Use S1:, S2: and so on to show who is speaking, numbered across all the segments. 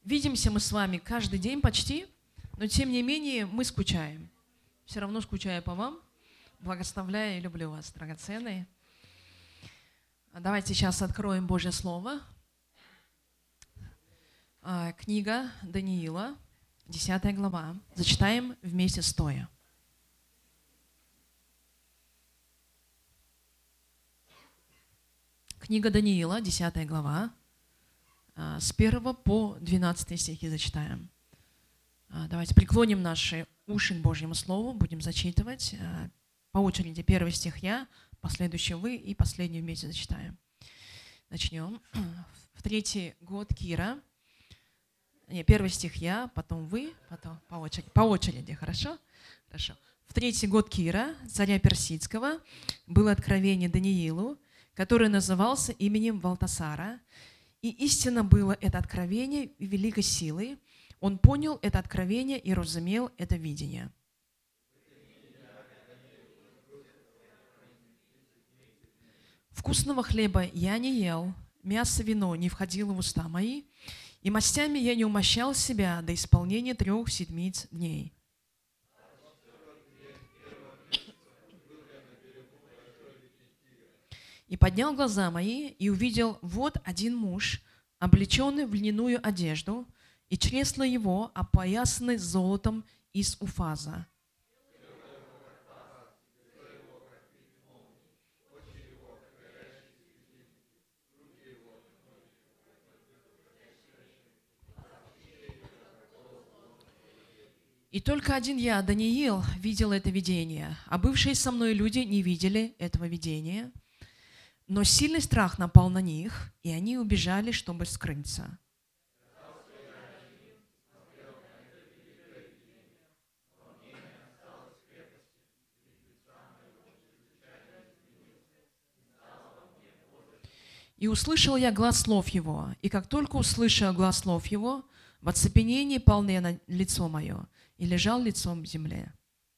S1: Видимся мы с вами каждый день почти, но тем не менее мы скучаем. Все равно скучаю по вам. Благословляю и люблю вас, драгоценные. Давайте сейчас откроем Божье Слово. Книга Даниила, 10 глава. Зачитаем вместе стоя. Книга Даниила, 10 глава. С 1 по 12 стихи зачитаем. Давайте преклоним наши уши к Божьему Слову, будем зачитывать. По очереди первый стих я, последующий вы и последний вместе зачитаем. Начнем. В 3-й год Кира. Первый стих я, потом вы, потом по очереди, хорошо? Хорошо. В 3-й год Кира, царя Персидского, было откровение Даниилу, который назывался именем Валтасара. И истинно было это откровение и великой силой. Он понял это откровение и разумел это видение. Вкусного хлеба я не ел, мясо, вино не входило в уста мои, и мастями я не умощал себя до исполнения 3 седмиц дней. И поднял глаза мои, и увидел, вот один муж, облеченный в льняную одежду, и чресла его опоясаны золотом из Уфаза. И только один я, Даниил, видел это видение, а бывшие со мной люди не видели этого видения. Но сильный страх напал на них, и они убежали, чтобы скрыться. И услышал я глас слов его, и как только услышал глас слов его, в оцепенении пал я на лицо мое и лежал лицом в земле.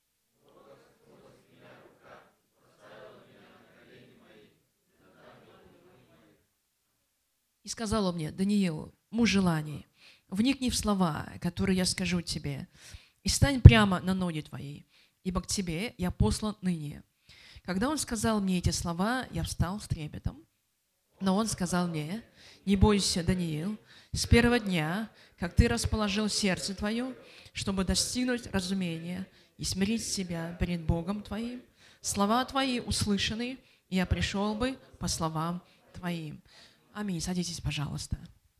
S1: И сказал он мне: Даниил, муж желаний, вникни в слова, которые я скажу тебе, и стань прямо на ноги твои, ибо к тебе я послан ныне. Когда он сказал мне эти слова, я встал с трепетом. Но он сказал мне: не бойся, Даниил, с первого дня, как ты расположил сердце твое, чтобы достигнуть разумения и смирить себя перед Богом твоим, слова твои услышаны, и я пришел бы по словам твоим. Аминь. Садитесь, пожалуйста.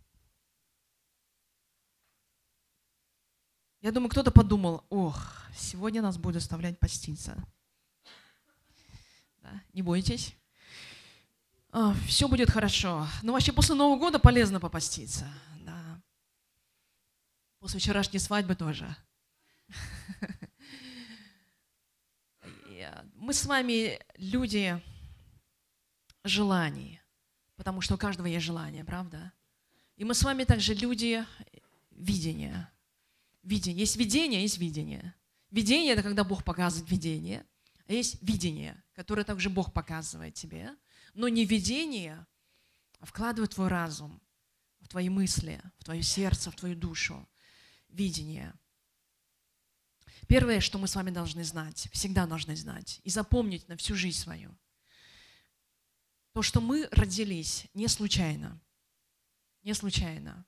S1: Я думаю, кто-то подумал: ох, сегодня нас будет заставлять поститься. Да, не бойтесь. Все будет хорошо. Но вообще после Нового года полезно попаститься. Да. После вчерашней свадьбы тоже. Мы с вами люди желаний. Потому что у каждого есть желание, правда? И мы с вами также люди видения. Есть видение, есть видение. Видение – это когда Бог показывает видение. А есть видение, которое также Бог показывает тебе. Но не видение, а вкладывает в твой разум, в твои мысли, в твое сердце, в твою душу. Видение. Первое, что мы с вами должны знать, всегда должны знать и запомнить на всю жизнь свою. То, что мы родились не случайно. Не случайно.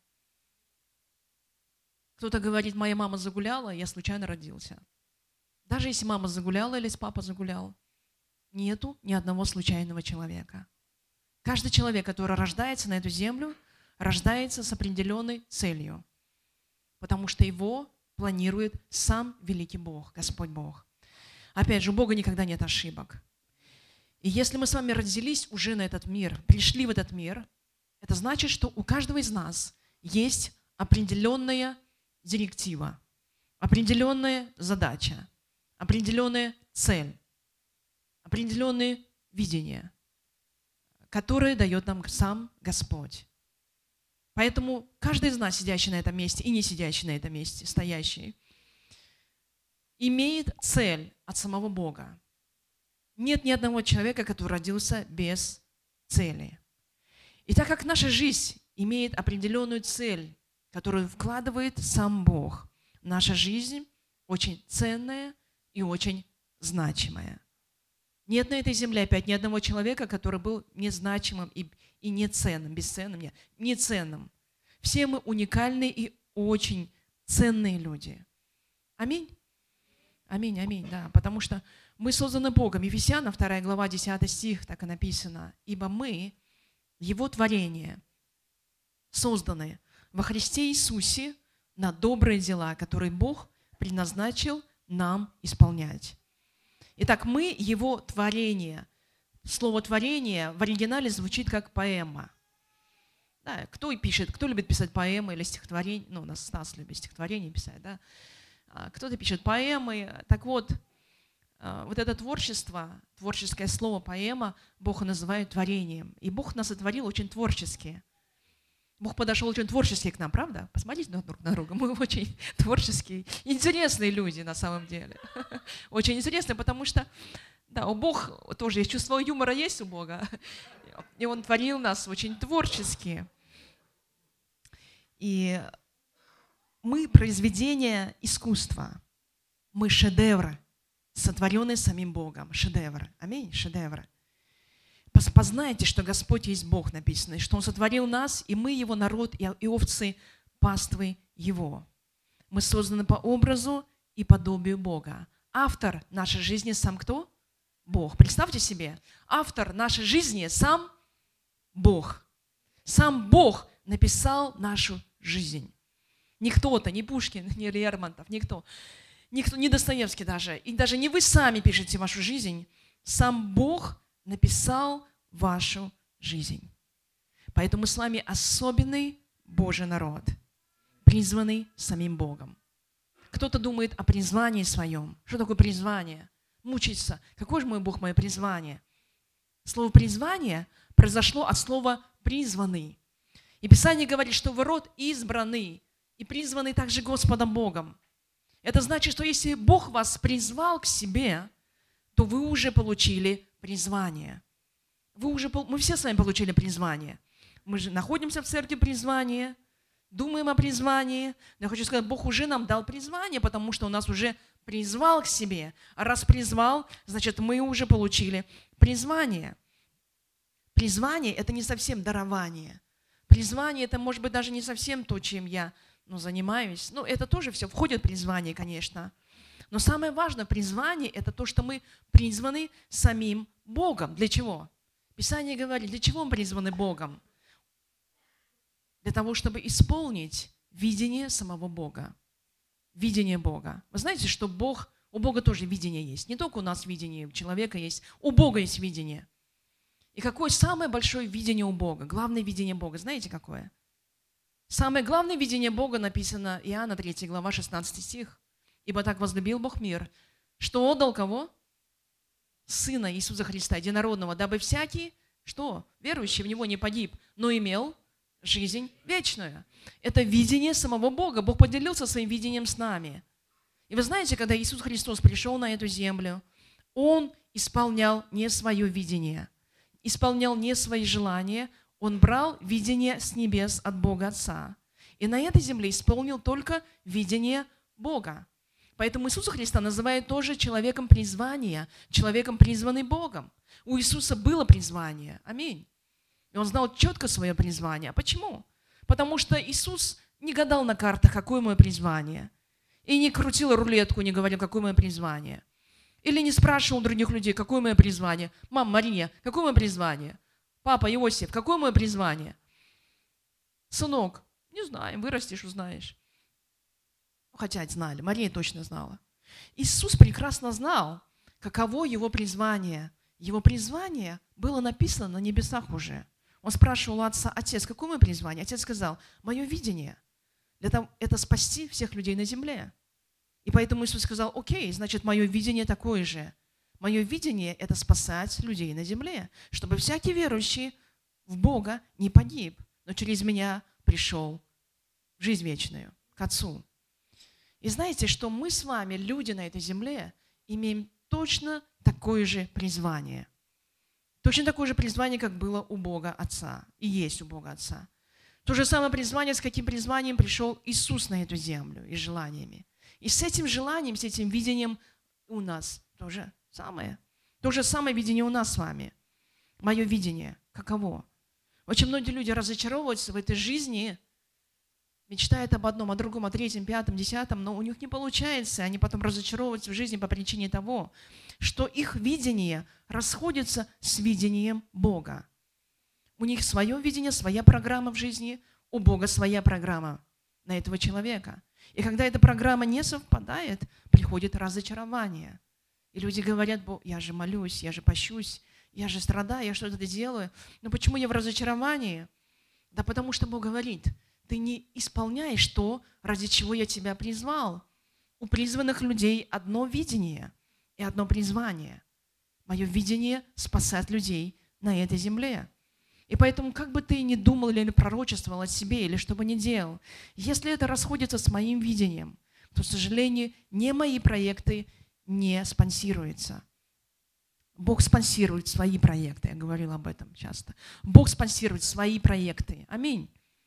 S1: Кто-то говорит: моя мама загуляла, я случайно родился. Даже если мама загуляла или папа загулял, нету ни одного случайного человека. Каждый человек, который рождается на эту землю, рождается с определенной целью. Потому что его планирует сам великий Бог, Господь Бог. Опять же, у Бога никогда нет ошибок. И если мы с вами родились уже на этот мир, пришли в этот мир, это значит, что у каждого из нас есть определенная директива, определенная задача, определенная цель, определенное видение, которое дает нам сам Господь. Поэтому каждый из нас, сидящий на этом месте и не сидящий на этом месте, стоящий, имеет цель от самого Бога. Нет ни одного человека, который родился без цели. И так как наша жизнь имеет определенную цель, которую вкладывает сам Бог. Наша жизнь очень ценная и очень значимая. Нет на этой земле опять ни одного человека, который был незначимым и неценным, бесценным, нет, неценным. Все мы уникальные и очень ценные люди. Аминь? Аминь, аминь, да. Потому что мы созданы Богом. Ефесянам 2 глава, 10 стих, так и написано. «Ибо мы, Его творение, созданы во Христе Иисусе на добрые дела, которые Бог предназначил нам исполнять». Итак, мы Его творение. Слово «творение» в оригинале звучит как поэма. Да, кто любит писать поэмы или стихотворения? Ну, у нас Стас любит стихотворения писать, да? Кто-то пишет поэмы. Так вот, вот это творчество, творческое слово «поэма» Бог называет творением. И Бог нас сотворил очень творчески. Бог подошел очень творчески к нам, правда? Посмотрите друг на друга. Мы очень творческие, интересные люди на самом деле. Очень интересные, потому что, да, у Бога тоже есть чувство юмора, есть у Бога. И Он творил нас очень творчески. И мы произведение искусства. Мы шедевры, сотворенные самим Богом. Шедевры. Аминь. Шедевры. Познайте, что Господь есть Бог, написано, и что Он сотворил нас, и мы Его народ, и овцы паствы Его. Мы созданы по образу и подобию Бога. Автор нашей жизни сам кто? Бог. Представьте себе, автор нашей жизни сам Бог. Сам Бог написал нашу жизнь. Не кто-то, не Пушкин, не Лермонтов, никто, не Достоевский даже. И даже не вы сами пишете вашу жизнь. Сам Бог написал вашу жизнь. Поэтому мы с вами особенный Божий народ, призванный самим Богом. Кто-то думает о призвании своем. Что такое призвание? Мучиться. Какой же мой Бог, мое призвание? Слово «призвание» произошло от слова «призванный». И Писание говорит, что вы род избранный и призванный также Господом Богом. Это значит, что если Бог вас призвал к себе, то вы уже получили призвание. Мы все с вами получили призвание. Мы же находимся в церкви призвания, думаем о призвании. Но я хочу сказать, Бог уже нам дал призвание, потому что Он нас уже призвал к себе. А раз призвал, значит, мы уже получили призвание. Призвание – это не совсем дарование. Призвание – это, может быть, даже не совсем то, чем я занимаюсь. Это тоже все входит в призвание, конечно. Но самое важное в призвании – это то, что мы призваны самим Богом. Для чего? Писание говорит, для чего мы призваны Богом? Для того, чтобы исполнить видение самого Бога. Видение Бога. Вы знаете, что у Бога тоже видение есть. Не только у нас видение, у человека есть, у Бога есть видение. И какое самое большое видение у Бога? Главное видение Бога. Знаете, какое? Самое главное видение Бога написано Иоанна 3 глава 16 стих. «Ибо так возлюбил Бог мир, что отдал кого? Сына Иисуса Христа, единородного, дабы всякий, что? Верующий в Него не погиб, но имел жизнь вечную». Это видение самого Бога. Бог поделился своим видением с нами. И вы знаете, когда Иисус Христос пришел на эту землю, Он исполнял не свое видение, исполнял не свои желания, Он брал видение с небес от Бога Отца. И на этой земле исполнил только видение Бога. Поэтому Иисуса Христа называют тоже человеком призвания, человеком, призванным Богом. У Иисуса было призвание. Аминь. И Он знал четко свое призвание. А почему? Потому что Иисус не гадал на картах, какое мое призвание. И не крутил рулетку, не говорил, какое мое призвание. Или не спрашивал других людей, какое мое призвание. Мама Мария, какое мое призвание? Папа Иосиф, какое мое призвание? Сынок, не знаю, вырастешь, узнаешь. Хотя знали, Мария точно знала. Иисус прекрасно знал, каково Его призвание. Его призвание было написано на небесах уже. Он спрашивал у Отца: Отец, какое мое призвание? Отец сказал: мое видение. Это спасти всех людей на земле. И поэтому Иисус сказал: окей, значит, мое видение такое же. Мое видение – это спасать людей на земле, чтобы всякий верующий в Бога не погиб, но через меня пришел в жизнь вечную, к Отцу. И знаете, что мы с вами, люди на этой земле, имеем точно такое же призвание. Точно такое же призвание, как было у Бога Отца, и есть у Бога Отца. То же самое призвание, с каким призванием пришел Иисус на эту землю и желаниями. И с этим желанием, с этим видением у нас то же самое. То же самое видение у нас с вами. Мое видение каково? Очень многие люди разочаровываются в этой жизни, мечтают об одном, о другом, о третьем, пятом, десятом, но у них не получается. Они потом разочаровываются в жизни по причине того, что их видение расходится с видением Бога. У них свое видение, своя программа в жизни, у Бога своя программа на этого человека. И когда эта программа не совпадает, приходит разочарование. И люди говорят: я же молюсь, я же пощусь, я же страдаю, я что-то делаю. Но почему я в разочаровании? Да потому что Бог говорит: ты не исполняешь то, ради чего я тебя призвал. У призванных людей одно видение и одно призвание. Мое видение – спасать людей на этой земле. И поэтому, как бы ты ни думал или пророчествовал о себе, или что бы ни делал, если это расходится с моим видением, то, к сожалению, не мои проекты не спонсируются. Бог спонсирует свои проекты. Я говорила об этом часто. Бог спонсирует свои проекты. Аминь.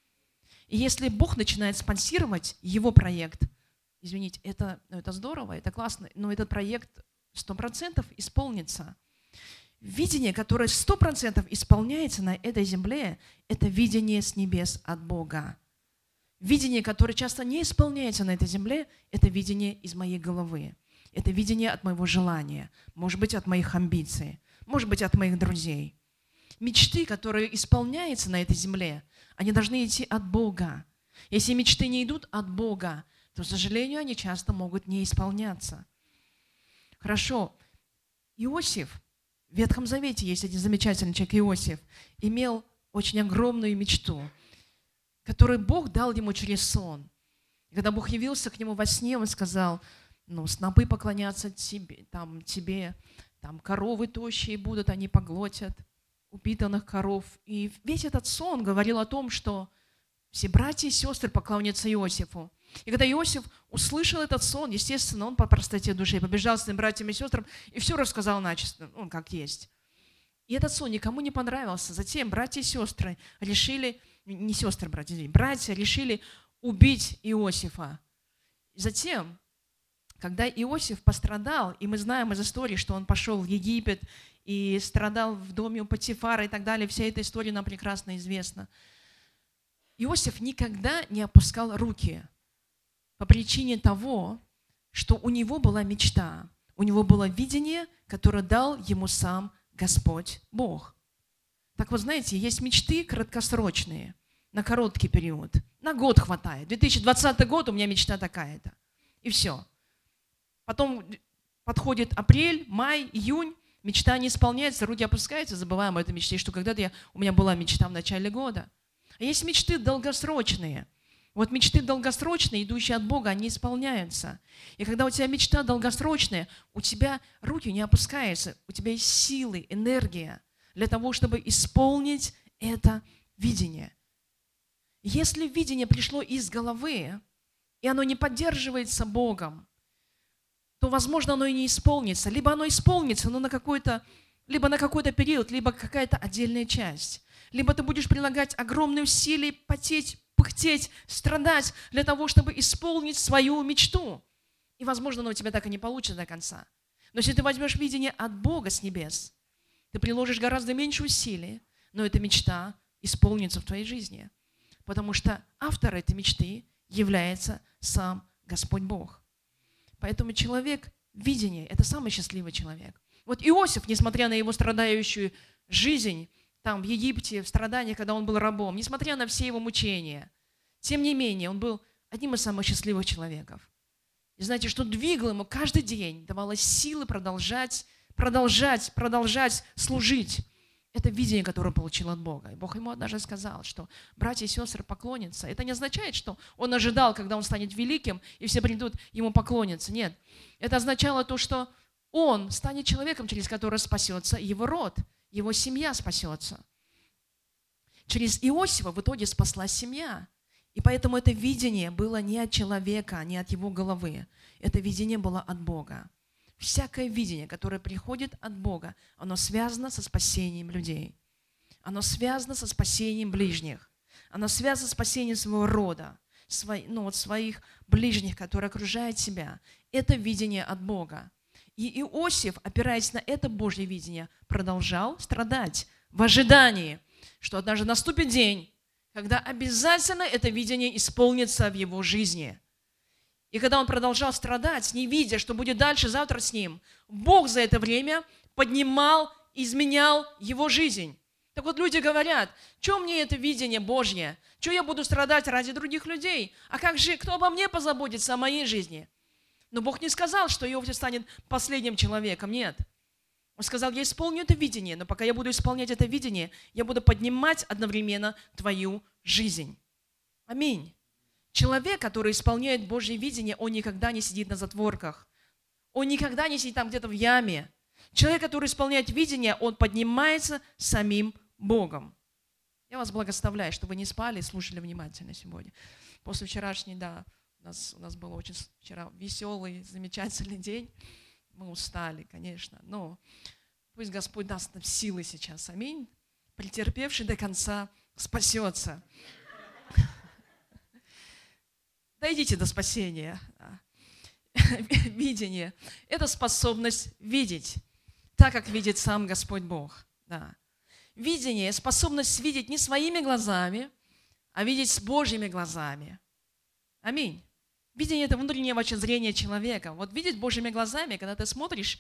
S1: И если Бог начинает спонсировать его проект, извините, это здорово, это классно, но этот проект 100% исполнится. Видение, которое 100% исполняется на этой земле, это видение с небес от Бога. Видение, которое часто не исполняется на этой земле, это видение из моей головы. Это видение от моего желания, может быть, от моих амбиций, может быть, от моих друзей. Мечты, которые исполняются на этой земле, они должны идти от Бога. Если мечты не идут от Бога, то, к сожалению, они часто могут не исполняться. Хорошо. Иосиф, в Ветхом Завете есть один замечательный человек, Иосиф, имел очень огромную мечту, которую Бог дал ему через сон. И когда Бог явился к нему во сне, он сказал: снопы поклонятся тебе, там коровы тощие будут, они поглотят упитанных коров. И весь этот сон говорил о том, что все братья и сестры поклонятся Иосифу. И когда Иосиф услышал этот сон, естественно, он по простоте души побежал с своими братьями и сестрам и все рассказал начисто, как есть. И этот сон никому не понравился. Затем братья и сестры решили, не сестры, братья решили убить Иосифа. Затем, когда Иосиф пострадал, и мы знаем из истории, что он пошел в Египет и страдал в доме у Потифара и так далее, вся эта история нам прекрасно известна. Иосиф никогда не опускал руки по причине того, что у него была мечта, у него было видение, которое дал ему сам Господь Бог. Так вот, знаете, есть мечты краткосрочные, на короткий период. На год хватает. 2020 год, у меня мечта такая-то. И все. Потом подходит апрель, май, июнь, мечта не исполняется, руки опускаются, забываем о этой мечте, что когда-то у меня была мечта в начале года. А есть мечты долгосрочные. Вот мечты долгосрочные, идущие от Бога, они исполняются. И когда у тебя мечта долгосрочная, у тебя руки не опускаются, у тебя есть силы, энергия для того, чтобы исполнить это видение. Если видение пришло из головы, и оно не поддерживается Богом, то, возможно, оно и не исполнится. Либо оно исполнится, но либо на какой-то период, либо какая-то отдельная часть. Либо ты будешь прилагать огромные усилия, потеть, пыхтеть, страдать для того, чтобы исполнить свою мечту. И, возможно, оно у тебя так и не получится до конца. Но если ты возьмешь видение от Бога с небес, ты приложишь гораздо меньше усилий, но эта мечта исполнится в твоей жизни. Потому что автор этой мечты является сам Господь Бог. Поэтому человек, видение – это самый счастливый человек. Вот Иосиф, несмотря на его страдающую жизнь, там, в Египте, в страданиях, когда он был рабом, несмотря на все его мучения, тем не менее, он был одним из самых счастливых человеков. И знаете, что двигало ему каждый день, давало силы продолжать служить. Это видение, которое он получил от Бога. И Бог ему однажды сказал, что братья и сестры поклонятся. Это не означает, что он ожидал, когда он станет великим, и все придут ему поклониться. Нет. Это означало то, что он станет человеком, через которого спасется его род. Его семья спасется. Через Иосифа в итоге спаслась семья. И поэтому это видение было не от человека, не от его головы. Это видение было от Бога. Всякое видение, которое приходит от Бога, оно связано со спасением людей. Оно связано со спасением ближних. Она связана с спасением своего рода, своих ближних, которые окружают себя. Это видение от Бога. И Иосиф, опираясь на это Божье видение, продолжал страдать в ожидании, что однажды наступит день, когда обязательно это видение исполнится в его жизни. И когда он продолжал страдать, не видя, что будет дальше, завтра с ним, Бог за это время поднимал, изменял его жизнь. Так вот, люди говорят: что мне это видение Божье? Что я буду страдать ради других людей? А как же, кто обо мне позаботится, о моей жизни? Но Бог не сказал, что Иосиф станет последним человеком, нет. Он сказал: я исполню это видение, но пока я буду исполнять это видение, я буду поднимать одновременно твою жизнь. Аминь. Человек, который исполняет Божье видение, он никогда не сидит на затворках. Он никогда не сидит там где-то в яме. Человек, который исполняет видение, он поднимается самим Богом. Я вас благословляю, чтобы вы не спали и слушали внимательно сегодня. После вчерашней, у нас был очень вчера веселый, замечательный день. Мы устали, конечно, но пусть Господь даст нам силы сейчас. Аминь. Претерпевший до конца спасется. Дойдите до спасения. Видение – это способность видеть так, как видит сам Господь Бог. Да. Видение – способность видеть не своими глазами, а видеть с Божьими глазами. Аминь. Видение – это внутреннее зрение человека. Вот видеть Божьими глазами, когда ты смотришь,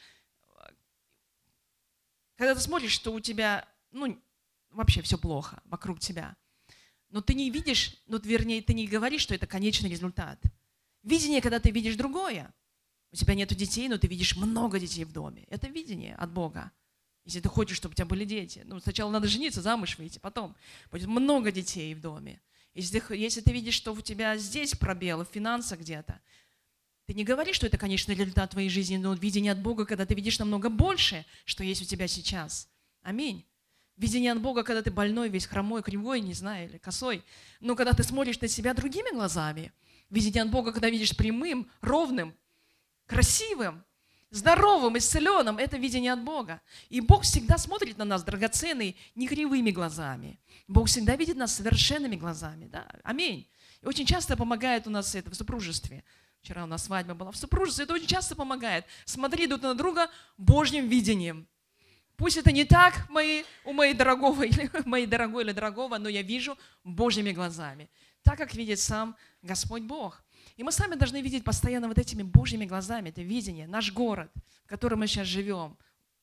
S1: что у тебя, вообще все плохо вокруг тебя. Но ты не видишь, ты не говоришь, что это конечный результат. Видение, когда ты видишь другое. У тебя нет детей, но ты видишь много детей в доме. Это видение от Бога. Если ты хочешь, чтобы у тебя были дети. Сначала надо жениться, замуж выйти, потом будет много детей в доме. Если ты видишь, что у тебя здесь пробелы в финансах где-то, ты не говоришь, что это конечный результат твоей жизни, но видение от Бога, когда ты видишь намного больше, что есть у тебя сейчас. Аминь. Видение от Бога, когда ты больной, весь хромой, кривой, не знаю, или косой. Но когда ты смотришь на себя другими глазами. Видение от Бога, когда видишь прямым, ровным, красивым, здоровым, исцеленным. Это видение от Бога. И Бог всегда смотрит на нас, драгоценный, не кривыми глазами. Бог всегда видит нас совершенными глазами. Да? Аминь. И очень часто помогает у нас это в супружестве. Вчера у нас свадьба была в супружестве. Это очень часто помогает. Смотри друг на друга Божьим видением. Пусть это не так у моей дорогой или дорогого, но я вижу Божьими глазами. Так, как видит сам Господь Бог. И мы сами должны видеть постоянно вот этими Божьими глазами, это видение, наш город, в котором мы сейчас живем,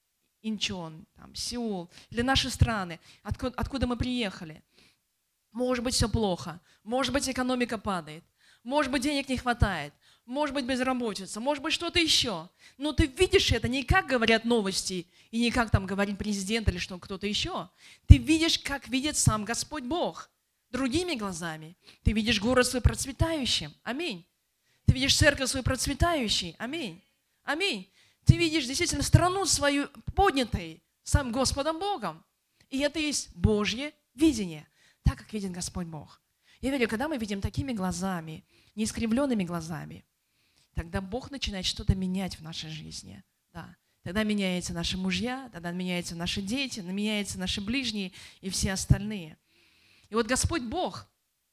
S1: Инчон, Сеул, или наши страны, откуда мы приехали. Может быть, все плохо, может быть, экономика падает, может быть, денег не хватает, может быть, безработица, может быть, что-то еще. Но ты видишь это не как говорят новости, и не как там говорит президент или что кто-то еще. Ты видишь, как видит сам Господь Бог. Другими глазами. Ты видишь город свой процветающим. Аминь. Ты видишь церковь свою процветающей. Аминь. Аминь. Ты видишь действительно страну свою поднятой сам Господом Богом. И это есть Божье видение, так, как видит Господь Бог. Я верю, когда мы видим такими глазами, не искривленными глазами, тогда Бог начинает что-то менять в нашей жизни. Да. Тогда меняются наши мужья, тогда меняются наши дети, меняются наши ближние и все остальные. И вот Господь Бог,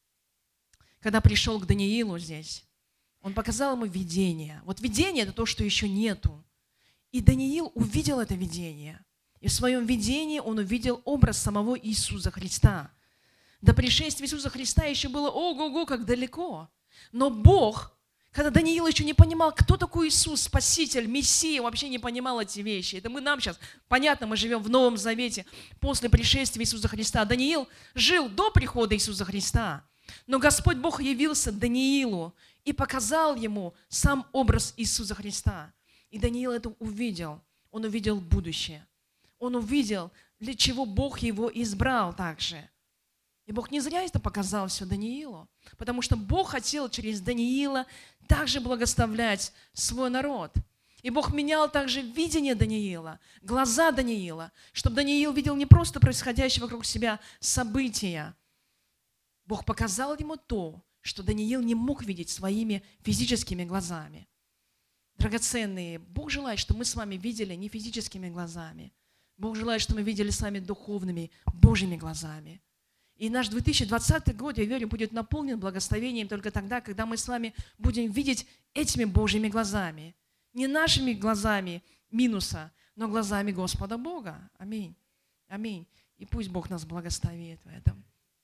S1: когда пришел к Даниилу здесь, Он показал ему видение. Вот видение – это то, что еще нету. И Даниил увидел это видение. И в своем видении он увидел образ самого Иисуса Христа. До пришествия Иисуса Христа еще было ого-го, как далеко. Но Бог, когда Даниил еще не понимал, кто такой Иисус, Спаситель, Мессия, вообще не понимал эти вещи. Это нам сейчас, понятно, мы живем в Новом Завете после пришествия Иисуса Христа. Даниил жил до прихода Иисуса Христа. Но Господь Бог явился Даниилу и показал ему сам образ Иисуса Христа. И Даниил это увидел. Он увидел будущее. Он увидел, для чего Бог его избрал также. И Бог не зря это показал все Даниилу, потому что Бог хотел через Даниила также благословлять свой народ. И Бог менял также видение Даниила, глаза Даниила, чтобы Даниил видел не просто происходящее вокруг себя события. Бог показал ему то, что Даниил не мог видеть своими физическими глазами. Драгоценные, Бог желает, чтобы мы с вами видели не физическими глазами. Бог желает, чтобы мы видели с вами духовными, Божьими глазами. И наш 2020 год, я верю, будет наполнен благословением только тогда, когда мы с вами будем видеть этими Божьими глазами. Не нашими глазами минуса, но глазами Господа Бога. Аминь. Аминь. И пусть Бог нас благословит в этом.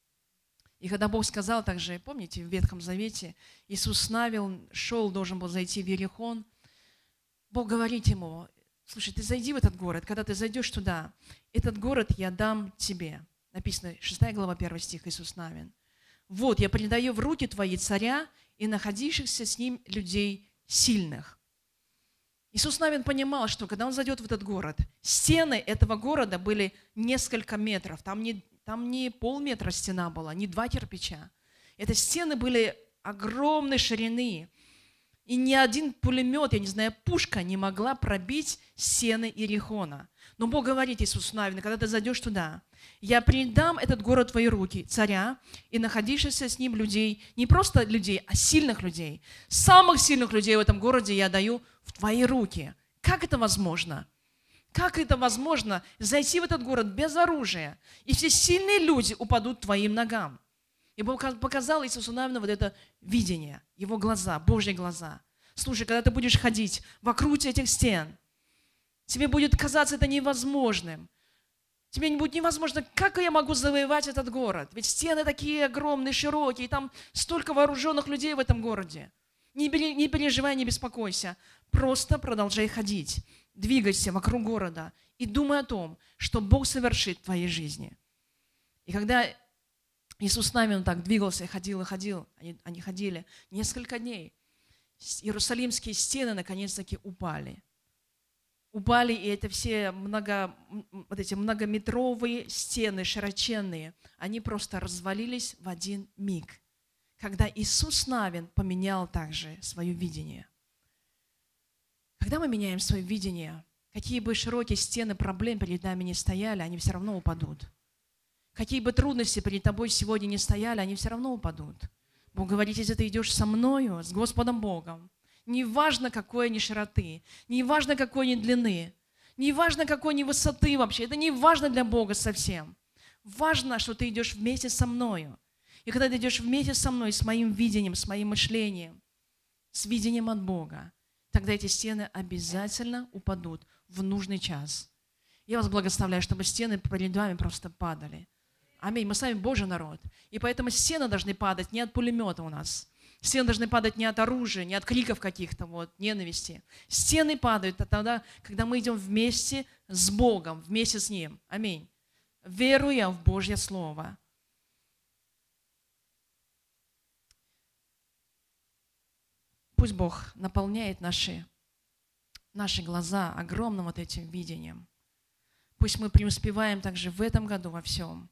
S1: И когда Бог сказал также, помните, в Ветхом Завете, Иисус Навин шел, должен был зайти в Иерихон, Бог говорит ему: слушай, ты зайди в этот город, когда ты зайдешь туда, этот город я дам тебе. Написано, 6 глава, 1 стих, Иисус Навин. Вот, я предаю в руки твои царя и находившихся с ним людей сильных. Иисус Навин понимал, что когда он зайдет в этот город, стены этого города были несколько метров. Там не полметра стена была, не 2 кирпича. Это стены были огромной ширины. И ни один пулемет, я не знаю, пушка не могла пробить стены Иерихона. Но Бог говорит Иисусу Навину, когда ты зайдешь туда, я предам этот город в твои руки, царя, и находившихся с ним людей, не просто людей, а сильных людей. Самых сильных людей в этом городе я даю в твои руки. Как это возможно? Как это возможно зайти в этот город без оружия, и все сильные люди упадут к твоим ногам? И Бог показал Иисусу Навину вот это видение, его глаза, Божьи глаза. Слушай, когда ты будешь ходить вокруг этих стен, тебе будет казаться это невозможным. Тебе не будет невозможно, как я могу завоевать этот город? Ведь стены такие огромные, широкие, и там столько вооруженных людей в этом городе. Не переживай, не беспокойся. Просто продолжай ходить, двигайся вокруг города и думай о том, что Бог совершит в твоей жизни. И когда Иисус с нами, он так двигался и ходил, они ходили несколько дней. Иерусалимские стены наконец-таки упали. Упали, и это все вот эти многометровые стены, широченные, они просто развалились в один миг, когда Иисус Навин поменял также свое видение. Когда мы меняем свое видение, какие бы широкие стены проблем перед нами не стояли, они все равно упадут. Какие бы трудности перед тобой сегодня не стояли, они все равно упадут. Бог говорит, если ты идешь со мною, с Господом Богом, неважно какой ни широты, неважно какой ни длины, неважно какой ни высоты вообще, это не важно для Бога совсем. Важно, что ты идешь вместе со мною. И когда ты идешь вместе со мной, с моим видением, с моим мышлением, с видением от Бога, тогда эти стены обязательно упадут в нужный час. Я вас благословляю, чтобы стены перед вами просто падали. Аминь. Мы с вами Божий народ. И поэтому стены должны падать не от пулемета у нас. Стены должны падать не от оружия, не от криков каких-то, ненависти. Стены падают тогда, когда мы идем вместе с Богом, вместе с Ним. Аминь. Веруя в Божье Слово. Пусть Бог наполняет наши глаза огромным вот этим видением. Пусть мы преуспеваем также в этом году во всем.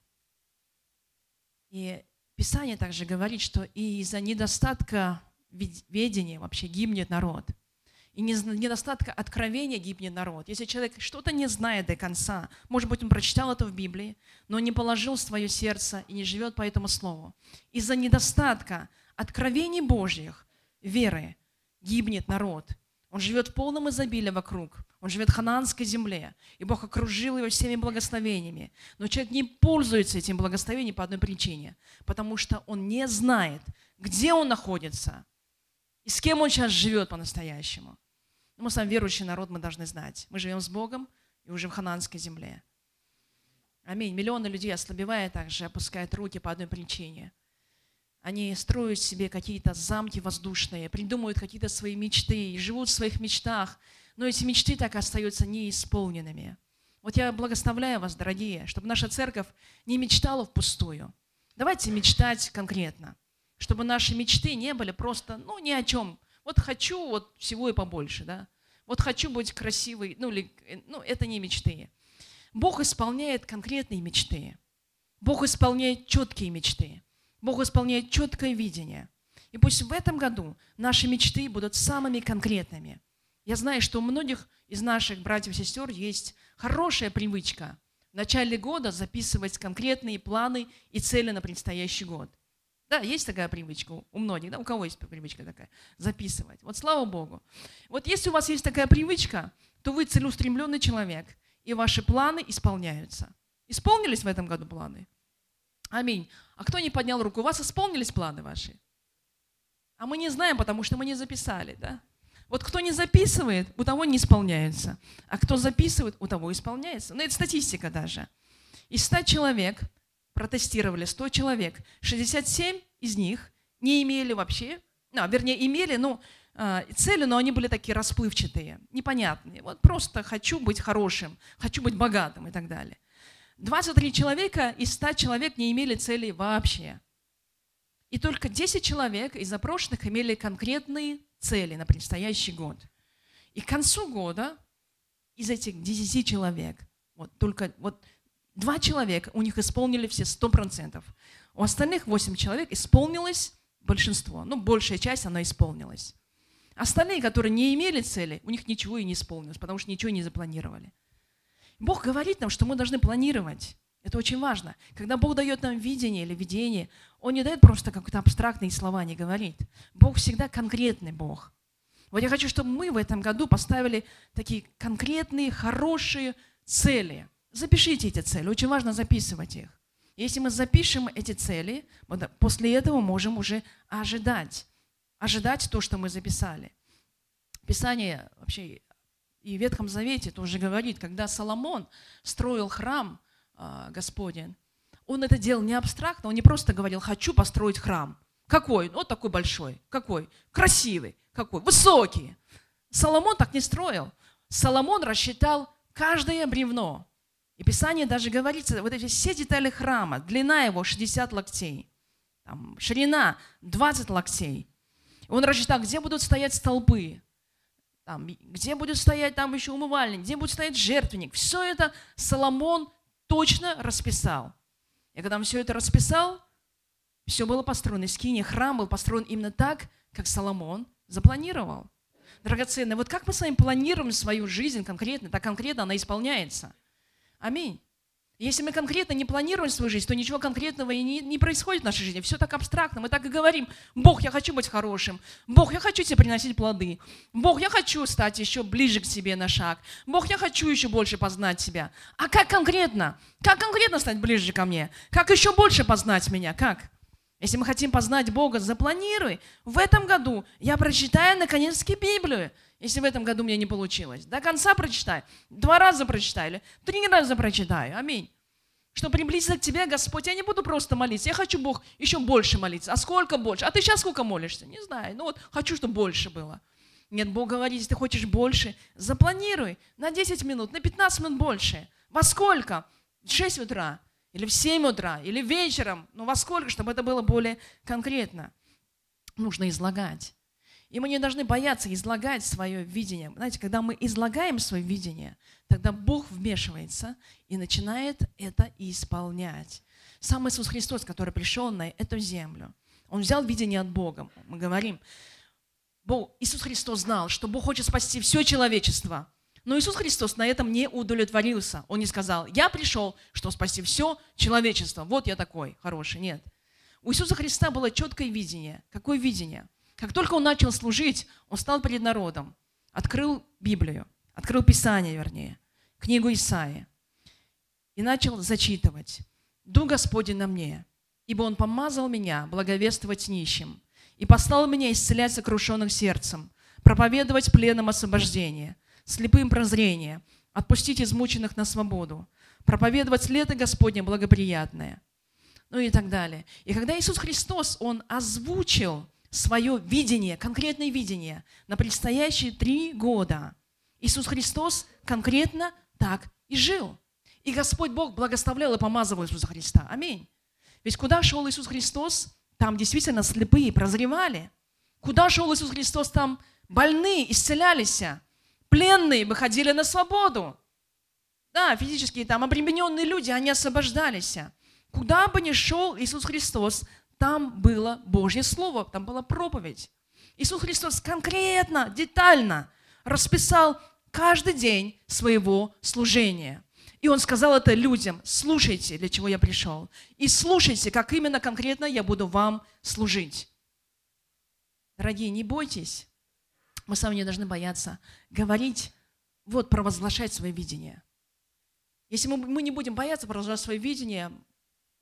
S1: И Писание также говорит, что и из-за недостатка ведения вообще гибнет народ. И из-за недостатка откровения гибнет народ. Если человек что-то не знает до конца, может быть, он прочитал это в Библии, но не положил в свое сердце и не живет по этому слову. Из-за недостатка откровений Божьих, веры, гибнет народ. Он живет в полном изобилии вокруг. Он живет в ханаанской земле. И Бог окружил его всеми благословениями. Но человек не пользуется этим благословением по одной причине. Потому что он не знает, где он находится и с кем он сейчас живет по-настоящему. Мы сам верующий народ, мы должны знать. Мы живем с Богом и уже в ханаанской земле. Аминь. Миллионы людей, ослабевая также, опускают руки по одной причине. Они строят себе какие-то замки воздушные, придумывают какие-то свои мечты и живут в своих мечтах, но эти мечты так и остаются неисполненными. Вот я благословляю вас, дорогие, чтобы наша церковь не мечтала впустую. Давайте мечтать конкретно, чтобы наши мечты не были просто, ни о чем. Вот хочу всего и побольше, да? Вот хочу быть красивой, это не мечты. Бог исполняет конкретные мечты. Бог исполняет четкие мечты. Бог исполняет четкое видение. И пусть в этом году наши мечты будут самыми конкретными. Я знаю, что у многих из наших братьев и сестер есть хорошая привычка в начале года записывать конкретные планы и цели на предстоящий год. Да, есть такая привычка у многих, да, у кого есть привычка такая? Записывать. Вот слава Богу. Вот если у вас есть такая привычка, то вы целеустремленный человек, и ваши планы исполняются. Исполнились в этом году планы? Аминь. А кто не поднял руку? У вас исполнились планы ваши? А мы не знаем, потому что мы не записали, да? Вот кто не записывает, у того не исполняется. А кто записывает, у того исполняется. Ну, это статистика даже. Из 100 человек, протестировали 100 человек, 67 из них не имели вообще, вернее, имели, цели, но они были такие расплывчатые, непонятные. Вот просто хочу быть хорошим, хочу быть богатым и так далее. 23 человека из 100 человек не имели целей вообще. И только 10 человек из запрошенных имели конкретные цели на предстоящий год. И к концу года из этих 10 человек, только 2 человека, у них исполнили все 100%. У остальных 8 человек исполнилось большинство. Большая часть, она исполнилась. Остальные, которые не имели цели, у них ничего и не исполнилось, потому что ничего не запланировали. Бог говорит нам, что мы должны планировать. Это очень важно. Когда Бог дает нам видение или видение, Он не дает просто какие-то абстрактные слова, не говорит. Бог всегда конкретный Бог. Вот я хочу, чтобы мы в этом году поставили такие конкретные, хорошие цели. Запишите эти цели. Очень важно записывать их. Если мы запишем эти цели, после этого можем уже ожидать. Ожидать то, что мы записали. Писание вообще и в Ветхом Завете тоже говорит, когда Соломон строил храм Господень, он это делал не абстрактно, он не просто говорил: хочу построить храм. Какой? Вот такой большой. Какой? Красивый. Какой? Высокий. Соломон так не строил. Соломон рассчитал каждое бревно. И Писание даже говорится, вот эти все детали храма, длина его 60 локтей, ширина 20 локтей. Он рассчитал, где будут стоять столбы, где будет стоять еще умывальник, где будет стоять жертвенник. Все это Соломон точно расписал. И когда он все это расписал, все было построено. Скиния, храм был построен именно так, как Соломон запланировал. Драгоценные, вот как мы с вами планируем свою жизнь конкретно, так конкретно она исполняется. Аминь. Если мы конкретно не планируем свою жизнь, то ничего конкретного и не происходит в нашей жизни. Все так абстрактно. Мы так и говорим: Бог, я хочу быть хорошим. Бог, я хочу тебе приносить плоды. Бог, я хочу стать еще ближе к тебе на шаг. Бог, я хочу еще больше познать тебя. А как конкретно? Как конкретно стать ближе ко мне? Как еще больше познать меня? Как? Если мы хотим познать Бога, запланируй. В этом году я прочитаю наконец-таки Библию. Если в этом году мне не получилось, до конца прочитай. 2 раза прочитай или 3 раза прочитай. Аминь. Чтобы приблизиться к тебе, Господь, я не буду просто молиться. Я хочу, Бог, еще больше молиться. А сколько больше? А ты сейчас сколько молишься? Не знаю. Хочу, чтобы больше было. Нет, Бог говорит, если ты хочешь больше, запланируй на 10 минут, на 15 минут больше. Во сколько? В 6 утра, или в 7 утра, или вечером. Во сколько, чтобы это было более конкретно. Нужно излагать. И мы не должны бояться излагать свое видение. Знаете, когда мы излагаем свое видение, тогда Бог вмешивается и начинает это исполнять. Сам Иисус Христос, который пришел на эту землю, Он взял видение от Бога. Мы говорим, Иисус Христос знал, что Бог хочет спасти все человечество. Но Иисус Христос на этом не удовлетворился. Он не сказал: я пришел, чтобы спасти все человечество. Вот я такой хороший. Нет. У Иисуса Христа было четкое видение. Какое видение? Как только Он начал служить, Он стал перед народом, открыл Библию, открыл Писание, вернее, книгу Исаии, и начал зачитывать. «Дух Господень на мне, ибо Он помазал меня благовествовать нищим, и послал меня исцелять сокрушенных сердцем, проповедовать пленным освобождение, слепым прозрение, отпустить измученных на свободу, проповедовать лето Господне благоприятное». И так далее. И когда Иисус Христос, Он озвучил свое видение, конкретное видение на предстоящие 3 года, Иисус Христос конкретно так и жил. И Господь Бог благословлял и помазывал Иисуса Христа. Аминь. Ведь куда шел Иисус Христос, там действительно слепые прозревали. Куда шел Иисус Христос, там больные исцелялись, пленные выходили на свободу. Да, физически там обремененные люди, они освобождались. Куда бы ни шел Иисус Христос, там было Божье Слово, там была проповедь. Иисус Христос конкретно, детально расписал каждый день своего служения. И Он сказал это людям: слушайте, для чего я пришел. И слушайте, как именно конкретно я буду вам служить. Дорогие, не бойтесь. Мы с вами не должны бояться говорить, провозглашать свое видение. Если мы не будем бояться провозглашать свое видение,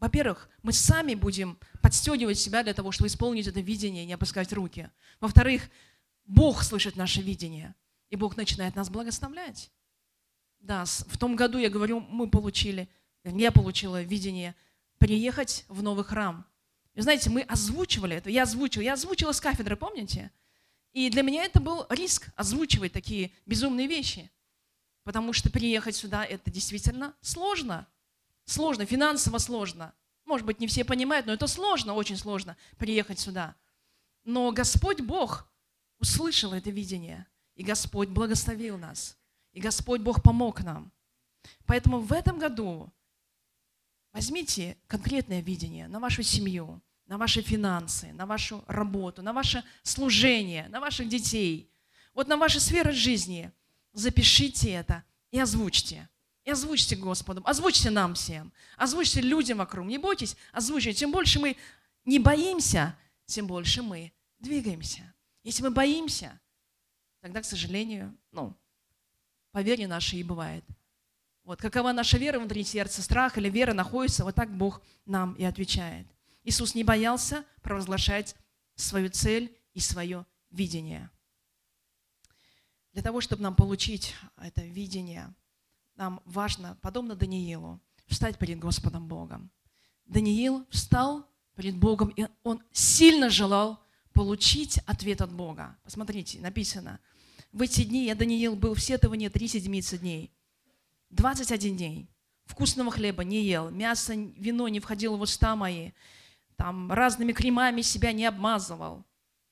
S1: во-первых, мы сами будем подстегивать себя для того, чтобы исполнить это видение и не опускать руки. Во-вторых, Бог слышит наше видение, и Бог начинает нас благословлять. Да, в том году, я говорю, я получила видение приехать в новый храм. Вы знаете, мы озвучивали это, я озвучила с кафедры, помните? И для меня это был риск озвучивать такие безумные вещи, потому что приехать сюда – это действительно сложно. Сложно, финансово сложно. Может быть, не все понимают, но это сложно, очень сложно приехать сюда. Но Господь Бог услышал это видение, и Господь благословил нас, и Господь Бог помог нам. Поэтому в этом году возьмите конкретное видение на вашу семью, на ваши финансы, на вашу работу, на ваше служение, на ваших детей, вот на ваши сферы жизни. Запишите это и озвучьте. И озвучьте Господу, озвучьте нам всем, озвучьте людям вокруг. Не бойтесь, озвучьте. Чем больше мы не боимся, тем больше мы двигаемся. Если мы боимся, тогда, к сожалению, по вере нашей и бывает. Вот какова наша вера внутри сердца, страх или вера находится, вот так Бог нам и отвечает. Иисус не боялся провозглашать свою цель и свое видение. Для того, чтобы нам получить это видение, нам важно, подобно Даниилу, встать перед Господом Богом. Даниил встал перед Богом, и он сильно желал получить ответ от Бога. Посмотрите, написано, в эти дни я, Даниил, был в сетовании 3 седмицы дней, 21 день. Вкусного хлеба не ел, мясо, вино не входило в уста мои, там разными кремами себя не обмазывал.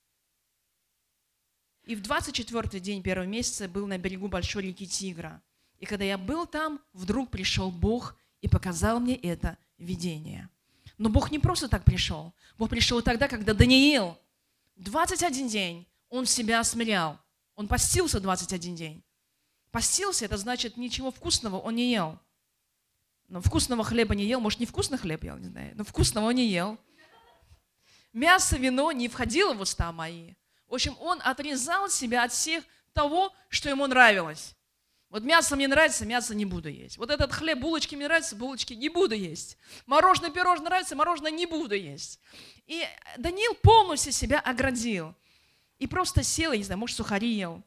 S1: И в 24-й день первого месяца был на берегу большой реки Тигра. И когда я был там, вдруг пришел Бог и показал мне это видение. Но Бог не просто так пришел. Бог пришел тогда, когда Даниил 21 день, он себя смирял. Он постился 21 день. Постился, это значит, ничего вкусного он не ел. Но вкусного хлеба не ел. Может, не вкусный хлеб ел, не знаю. Но вкусного он не ел. Мясо, вино не входило в уста мои. В общем, он отрезал себя от всех того, что ему нравилось. Вот мясо мне нравится, мясо не буду есть. Вот этот хлеб, булочки мне нравятся, булочки не буду есть. Мороженое, пирожное нравится, мороженое не буду есть. И Даниил полностью себя оградил. И просто сел, я не знаю, может, сухари ел.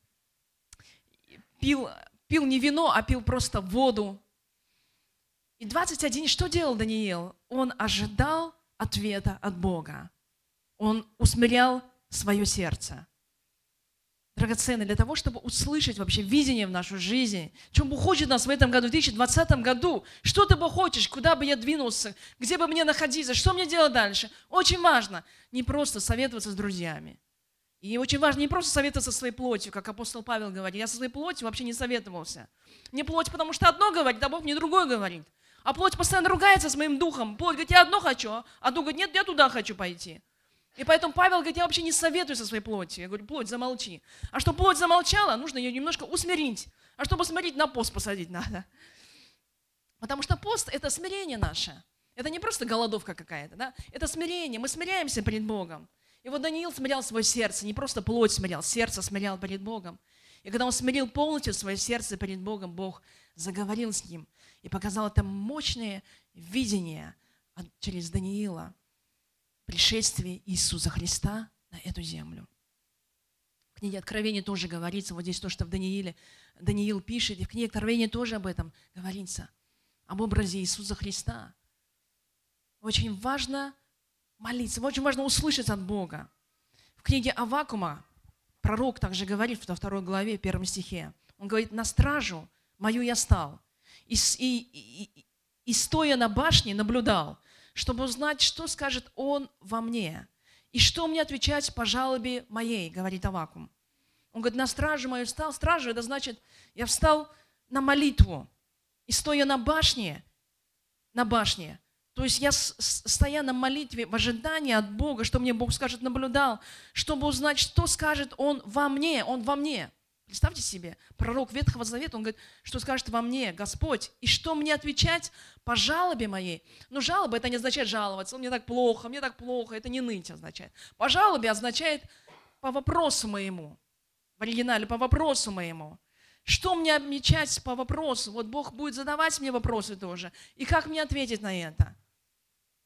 S1: Пил не вино, а пил просто воду. И 21, что делал Даниил? Он ожидал ответа от Бога. Он усмирял свое сердце. Драгоценный, для того, чтобы услышать вообще видение в нашу жизнь, чем Бог хочет нас в этом году, в 2020 году, что ты Бог хочешь, куда бы я двинулся, где бы мне находиться, что мне делать дальше. Очень важно не просто советоваться с друзьями. И очень важно не просто советоваться со своей плотью, как апостол Павел говорит. Я со своей плотью вообще не советовался. Мне плоть, потому что одно говорит, а Бог мне другое говорит. А плоть постоянно ругается с моим духом. Плоть говорит, я одно хочу, а дух говорит, нет, я туда хочу пойти. И поэтому Павел говорит, я вообще не советую со своей плотью. Я говорю, плоть, замолчи. А чтобы плоть замолчала, нужно ее немножко усмирить. А чтобы усмирить, на пост посадить надо. Потому что пост – это смирение наше. Это не просто голодовка какая-то, да? Это смирение. Мы смиряемся перед Богом. И вот Даниил смирял свое сердце, не просто плоть смирял, сердце смирял перед Богом. И когда он смирил полностью свое сердце перед Богом, Бог заговорил с ним и показал это мощное видение через Даниила. Пришествие Иисуса Христа на эту землю. В книге Откровения тоже говорится, вот здесь то, что в Даниил пишет, и в книге Откровения тоже об этом говорится, об образе Иисуса Христа. Очень важно молиться, очень важно услышать от Бога. В книге Аввакума пророк также говорит во 2 главе, 1 стихе, он говорит, на стражу мою я стал, и стоя на башне наблюдал, чтобы узнать, что скажет Он во мне, и что мне отвечать по жалобе моей, говорит Аввакум. Он говорит, на стражу мою встал. Стражу – это значит, я встал на молитву, и стоя на башне, то есть я, стоя на молитве в ожидании от Бога, что мне Бог скажет, наблюдал, чтобы узнать, что скажет Он во мне, Он во мне. Представьте себе, пророк Ветхого Завета, он говорит, что скажет во мне Господь, и что мне отвечать по жалобе моей. Но жалоба, это не означает жаловаться, мне так плохо, это не ныть означает. По жалобе означает по вопросу моему, в оригинале по вопросу моему. Что мне отвечать по вопросу? Вот Бог будет задавать мне вопросы тоже, и как мне ответить на это?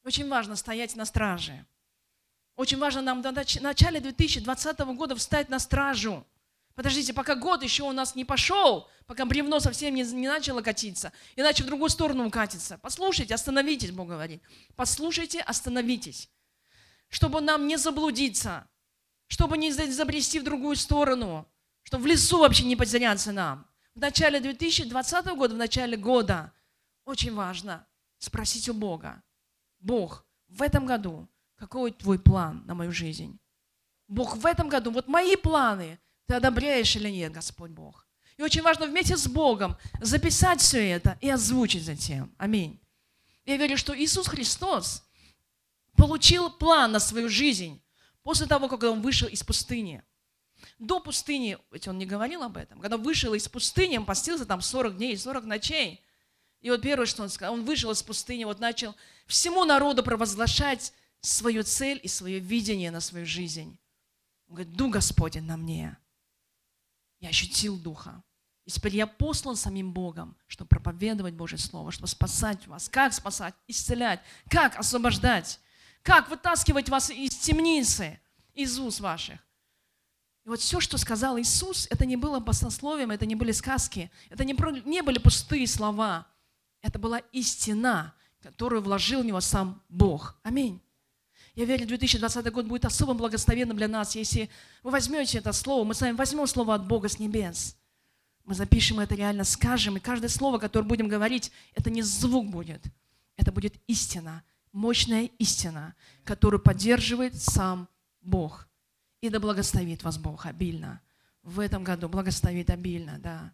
S1: Очень важно стоять на страже. Очень важно нам в начале 2020 года встать на стражу. Подождите, пока год еще у нас не пошел, пока бревно совсем не начало катиться, иначе в другую сторону укатится. Послушайте, остановитесь, Бог говорит. Послушайте, остановитесь. Чтобы нам не заблудиться, чтобы не забрести в другую сторону, чтобы в лесу вообще не потеряться нам. В начале 2020 года, в начале года очень важно спросить у Бога: Бог, в этом году какой твой план на мою жизнь? Бог, в этом году вот мои планы ты одобряешь или нет, Господь Бог? И очень важно вместе с Богом записать все это и озвучить затем. Аминь. Я верю, что Иисус Христос получил план на свою жизнь после того, как Он вышел из пустыни. До пустыни, ведь Он не говорил об этом, когда вышел из пустыни, Он постился там 40 дней и 40 ночей. И вот первое, что Он сказал, Он вышел из пустыни, вот начал всему народу провозглашать свою цель и свое видение на свою жизнь. Он говорит: Дух Господень на мне. Я ощутил Духа. И теперь я послан самим Богом, чтобы проповедовать Божье Слово, чтобы спасать вас. Как спасать? Исцелять. Как освобождать? Как вытаскивать вас из темницы, из уст ваших? И вот все, что сказал Иисус, это не было баснословием, это не были сказки, это не были пустые слова. Это была истина, которую вложил в него сам Бог. Аминь. Я верю, 2020 год будет особо благословенным для нас, если вы возьмете это слово, мы с вами возьмем слово от Бога с небес. Мы запишем это, реально скажем, и каждое слово, которое будем говорить, это не звук будет, это будет истина, мощная истина, которую поддерживает сам Бог. И да благословит вас Бог обильно. В этом году благословит обильно, да.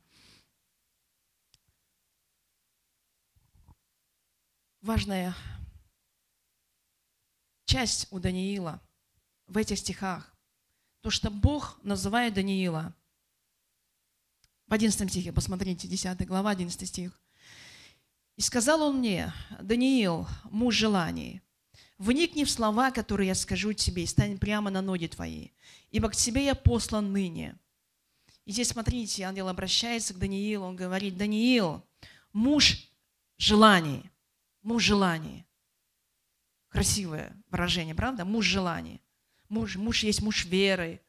S1: Важная часть у Даниила в этих стихах, то, что Бог называет Даниила. В 11 стихе, посмотрите, 10 глава, 11 стих. «И сказал он мне: Даниил, муж желаний, вникни в слова, которые я скажу тебе, и стань прямо на ноги твои, ибо к тебе я послан ныне». И здесь, смотрите, ангел обращается к Даниилу, он говорит: Даниил, муж желаний, муж желаний. Красивое выражение, правда? Муж желаний. Муж есть муж веры,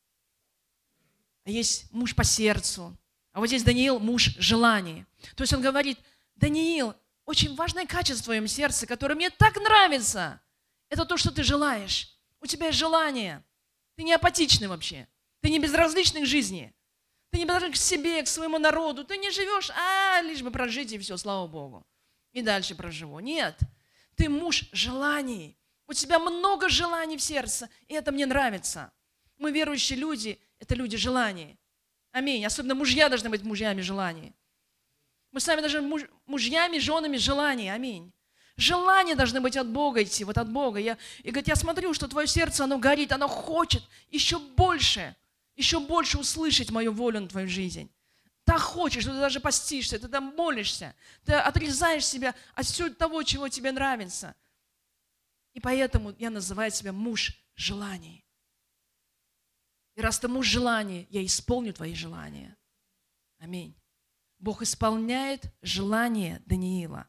S1: а есть муж по сердцу. А вот здесь Даниил муж желаний. То есть он говорит: Даниил, очень важное качество в твоем сердце, которое мне так нравится, это то, что ты желаешь. У тебя есть желание. Ты не апатичный вообще. Ты не безразличный к жизни. Ты не безразличный к себе, к своему народу. Ты не живешь, лишь бы прожить и все, слава Богу. И дальше проживу. Нет. Ты муж желаний. У тебя много желаний в сердце, и это мне нравится. Мы верующие люди, это люди желаний. Аминь. Особенно мужья должны быть мужьями желаний. Мы сами должны быть мужьями, женами желаний. Аминь. Желания должны быть от Бога идти, вот от Бога. И говорит, я смотрю, что твое сердце, оно горит, оно хочет еще больше услышать мою волю на твою жизнь. Так хочешь, что ты даже постишься, ты там молишься, ты отрезаешь себя от всего того, чего тебе нравится. И поэтому я называю себя муж желаний. И раз ты муж желаний, я исполню твои желания. Аминь. Бог исполняет желания Даниила.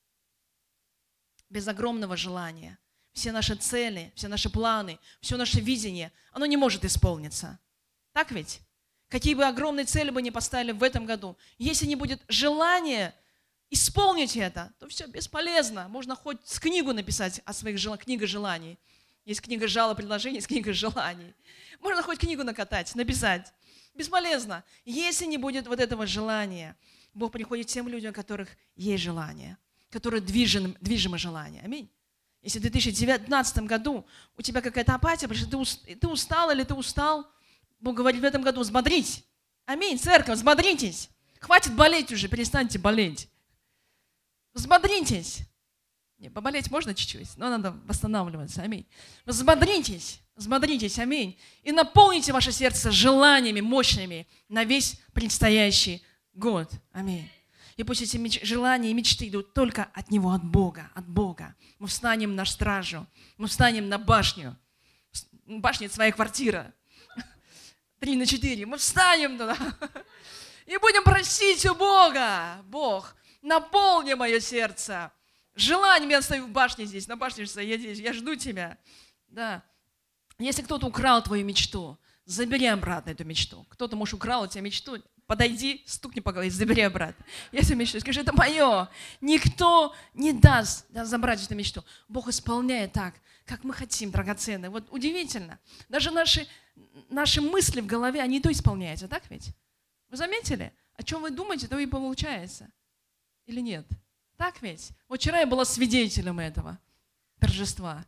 S1: Без огромного желания. Все наши цели, все наши планы, все наше видение, оно не может исполниться. Так ведь? Какие бы огромные цели бы ни поставили в этом году, если не будет желания исполнить это, то все бесполезно. Можно хоть книгу написать о своих книгах желаний. Есть книга жалоб, предложений, есть книга желаний. Можно хоть книгу написать. Бесполезно. Если не будет вот этого желания, Бог приходит к тем людям, у которых есть желание, которые движимы желания. Аминь. Если в 2019 году у тебя какая-то апатия, потому что ты устал или ты устал, Бог говорит в этом году взбодрить. Аминь, церковь, взбодритесь. Хватит болеть уже, перестаньте болеть. Взбодритесь. Не, поболеть можно чуть-чуть, но надо восстанавливаться. Аминь. Взбодритесь, аминь. И наполните ваше сердце желаниями мощными на весь предстоящий год. Аминь. И пусть эти желания и мечты идут только от Него, от Бога, от Бога. Мы встанем на стражу, мы встанем на башню. Башня – это своя квартира. 3 на 4. Мы встанем туда и будем просить у Бога: Бог, наполни мое сердце Желание, я стою в башне здесь, на башне я здесь, я жду тебя. Да. Если кто-то украл твою мечту, забери обратно эту мечту. Кто-то, может, украл у тебя мечту, подойди, стукни по голове, забери обратно. Если мечту, скажи, это мое. Никто не даст забрать эту мечту. Бог исполняет так, как мы хотим, драгоценные. Вот удивительно. Даже наши мысли в голове, они то исполняются, так ведь? Вы заметили? О чем вы думаете, то и получается. Или нет? Так ведь? Вот вчера я была свидетелем этого торжества.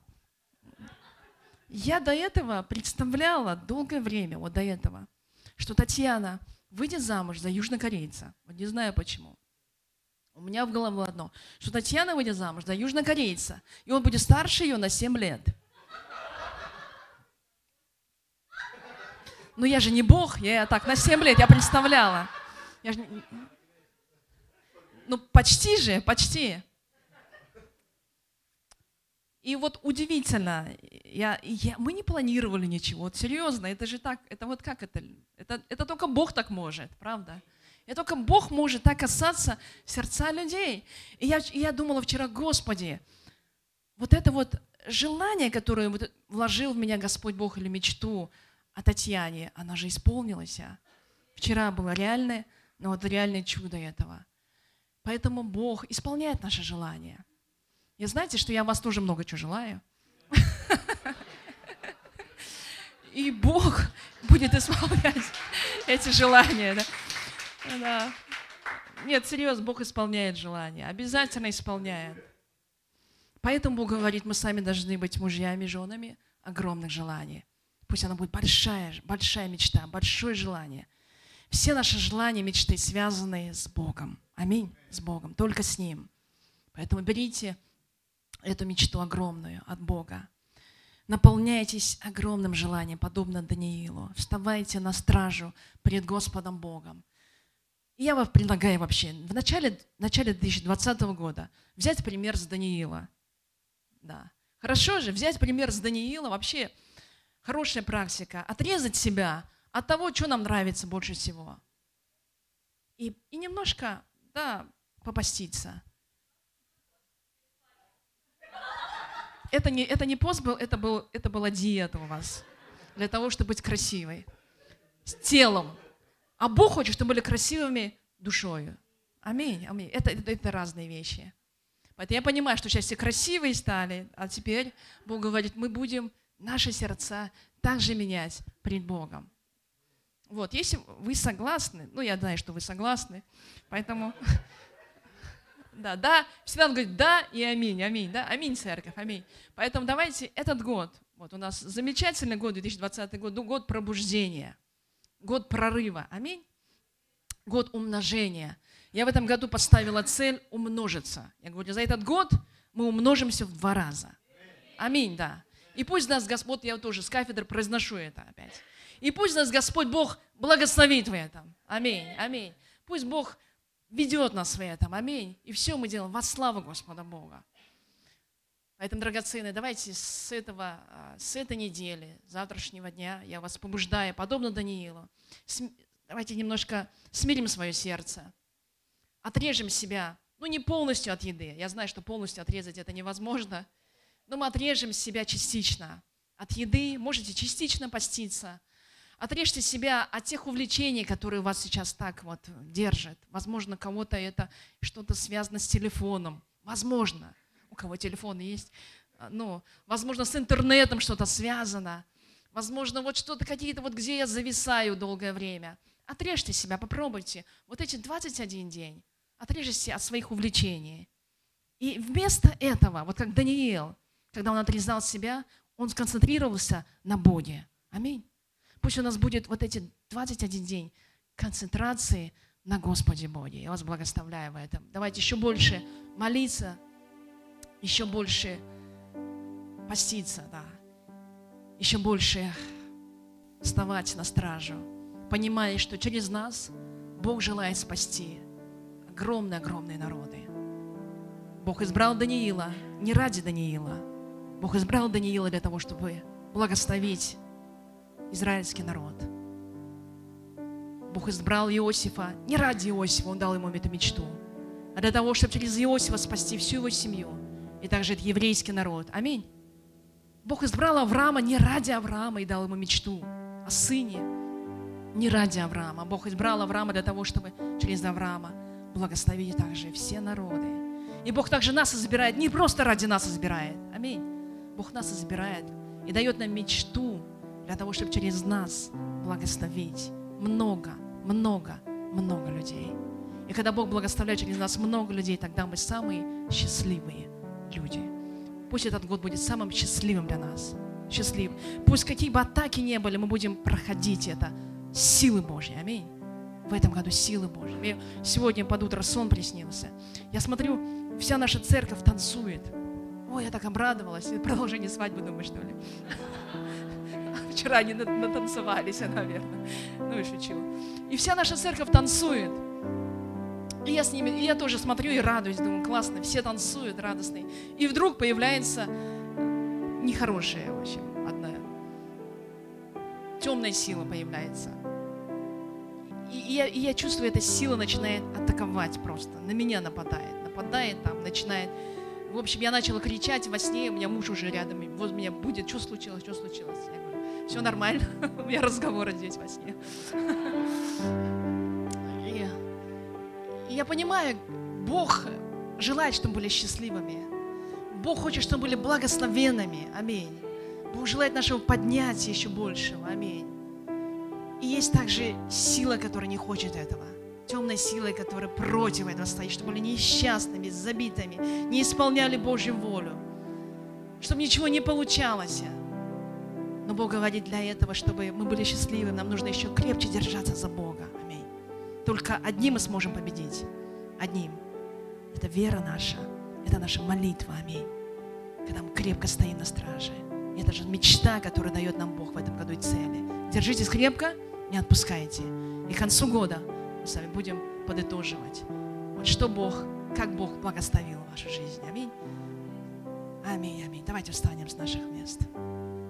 S1: Я до этого представляла долгое время, вот до этого, что Татьяна выйдет замуж за южнокорейца. Вот не знаю почему. У меня в голове было одно, что Татьяна выйдет замуж за южнокорейца, и он будет старше ее на 7 лет. Но я же не Бог, я так на 7 лет, я представляла. Ну, почти же, почти. И вот удивительно, мы не планировали ничего, вот серьезно, это же так, это вот как это? Это только Бог так может, правда? И только Бог может так касаться сердца людей. И я думала вчера, Господи, вот это вот желание, которое вот вложил в меня Господь Бог или мечту о Татьяне, она же исполнилась. Вчера было реальное, но вот реальное чудо этого. Поэтому Бог исполняет наши желания. И знаете, что я вас тоже много чего желаю. И Бог будет исполнять эти желания. Да. Нет, серьезно, Бог исполняет желания. Обязательно исполняет. Поэтому Бог говорит, мы сами должны быть мужьями, женами огромных желаний. Пусть она будет большая, большая мечта, большое желание. Все наши желания, мечты связаны с Богом. Аминь. С Богом. Только с Ним. Поэтому берите эту мечту огромную от Бога. Наполняйтесь огромным желанием, подобно Даниилу. Вставайте на стражу перед Господом Богом. И я вам предлагаю вообще в начале 2020 года взять пример с Даниила. Да. Хорошо же взять пример с Даниила. Вообще хорошая практика. Отрезать себя от того, что нам нравится больше всего. И немножко, да, попаститься. Это не пост был, это была диета у вас. Для того, чтобы быть красивой. С телом. А Бог хочет, чтобы были красивыми душою. Аминь, аминь. Это разные вещи. Поэтому я понимаю, что сейчас все красивые стали, а теперь Бог говорит, мы будем наши сердца также менять пред Богом. Вот, если вы согласны, ну, я знаю, что вы согласны, поэтому... Да, всегда он говорит да и аминь, аминь, да, аминь, церковь, аминь. Поэтому давайте этот год, вот у нас замечательный год, 2020 год, год пробуждения, год прорыва, аминь, год умножения. Я в этом году поставила цель умножиться. Я говорю, за этот год мы умножимся в 2 раза. Аминь, да. И пусть нас Господь, я тоже с кафедры произношу это опять. И пусть нас Господь Бог благословит в этом. Аминь, аминь. Пусть Бог ведет нас в этом. Аминь. И все мы делаем во славу Господа Бога. Поэтому, драгоценные, давайте с этой недели, завтрашнего дня, я вас побуждаю, подобно Даниилу, давайте немножко смирим свое сердце, отрежем себя, ну не полностью от еды. Я знаю, что полностью отрезать это невозможно, но мы отрежем себя частично от еды, можете частично поститься. Отрежьте себя от тех увлечений, которые вас сейчас так вот держат. Возможно, кого-то это что-то связано с телефоном. Возможно, у кого телефон есть. Ну, возможно, с интернетом что-то связано. Возможно, вот что-то какие-то, вот где я зависаю долгое время. Отрежьте себя, попробуйте. Вот эти 21 день. Отрежьте от своих увлечений. И вместо этого, вот как Даниил, когда он отрезал себя, он сконцентрировался на Боге. Аминь. Пусть у нас будет вот эти 21 день концентрации на Господе Боге. Я вас благословляю в этом. Давайте еще больше молиться, еще больше поститься, да. Еще больше вставать на стражу, понимая, что через нас Бог желает спасти огромные народы. Бог избрал Даниила не ради Даниила. Бог избрал Даниила для того, чтобы благословить израильский народ. Бог избрал Иосифа не ради Иосифа, Он дал ему эту мечту, а для того, чтобы через Иосифа спасти всю его семью и также этот еврейский народ. Аминь. Бог избрал Авраама не ради Авраама и дал ему мечту о сыне. Не ради Авраама. Бог избрал Авраама для того, чтобы через Авраама благословить также все народы. И Бог также нас избирает, не просто ради нас избирает. Аминь. Бог нас избирает и дает нам мечту для того, чтобы через нас благословить много людей. И когда Бог благословляет через нас много людей, тогда мы самые счастливые люди. Пусть этот год будет самым счастливым для нас. Счастливым. Пусть какие бы атаки ни были, мы будем проходить это. Силы Божьи. Аминь. В этом году силы Божьи. Мне сегодня под утро сон приснился. Я смотрю, вся наша церковь танцует. Ой, я так обрадовалась. Продолжение свадьбы, думаю, что ли? Вчера они натанцевались, наверное. Ну и шучу. И вся наша церковь танцует. И я с ними, и я тоже смотрю и радуюсь. Думаю, классно, все танцуют, радостные. И вдруг появляется нехорошая, в общем, одна темная сила появляется. И я чувствую, эта сила начинает атаковать просто. На меня нападает там, начинает. В общем, я начала кричать во сне, у меня муж уже рядом, вот у меня будет, что случилось? Я говорю, все нормально, у меня разговор здесь во сне. И я понимаю, Бог желает, чтобы мы были счастливыми. Бог хочет, чтобы мы были благословенными. Аминь. Бог желает нашего поднятия еще большего. Аминь. И есть также сила, которая не хочет этого. Темная сила, которая против этого стоит, чтобы были несчастными, забитыми, не исполняли Божью волю, чтобы ничего не получалось. Но Бог говорит, для этого, чтобы мы были счастливы, нам нужно еще крепче держаться за Бога. Аминь. Только одним мы сможем победить. Одним. Это вера наша, это наша молитва. Аминь. Когда мы крепко стоим на страже. И это же мечта, которую дает нам Бог в этом году и цели. Держитесь крепко, не отпускайте. И к концу года мы с вами будем подытоживать. Вот что Бог, как Бог благословил вашу жизнь. Аминь. Аминь, аминь. Давайте встанем с наших мест.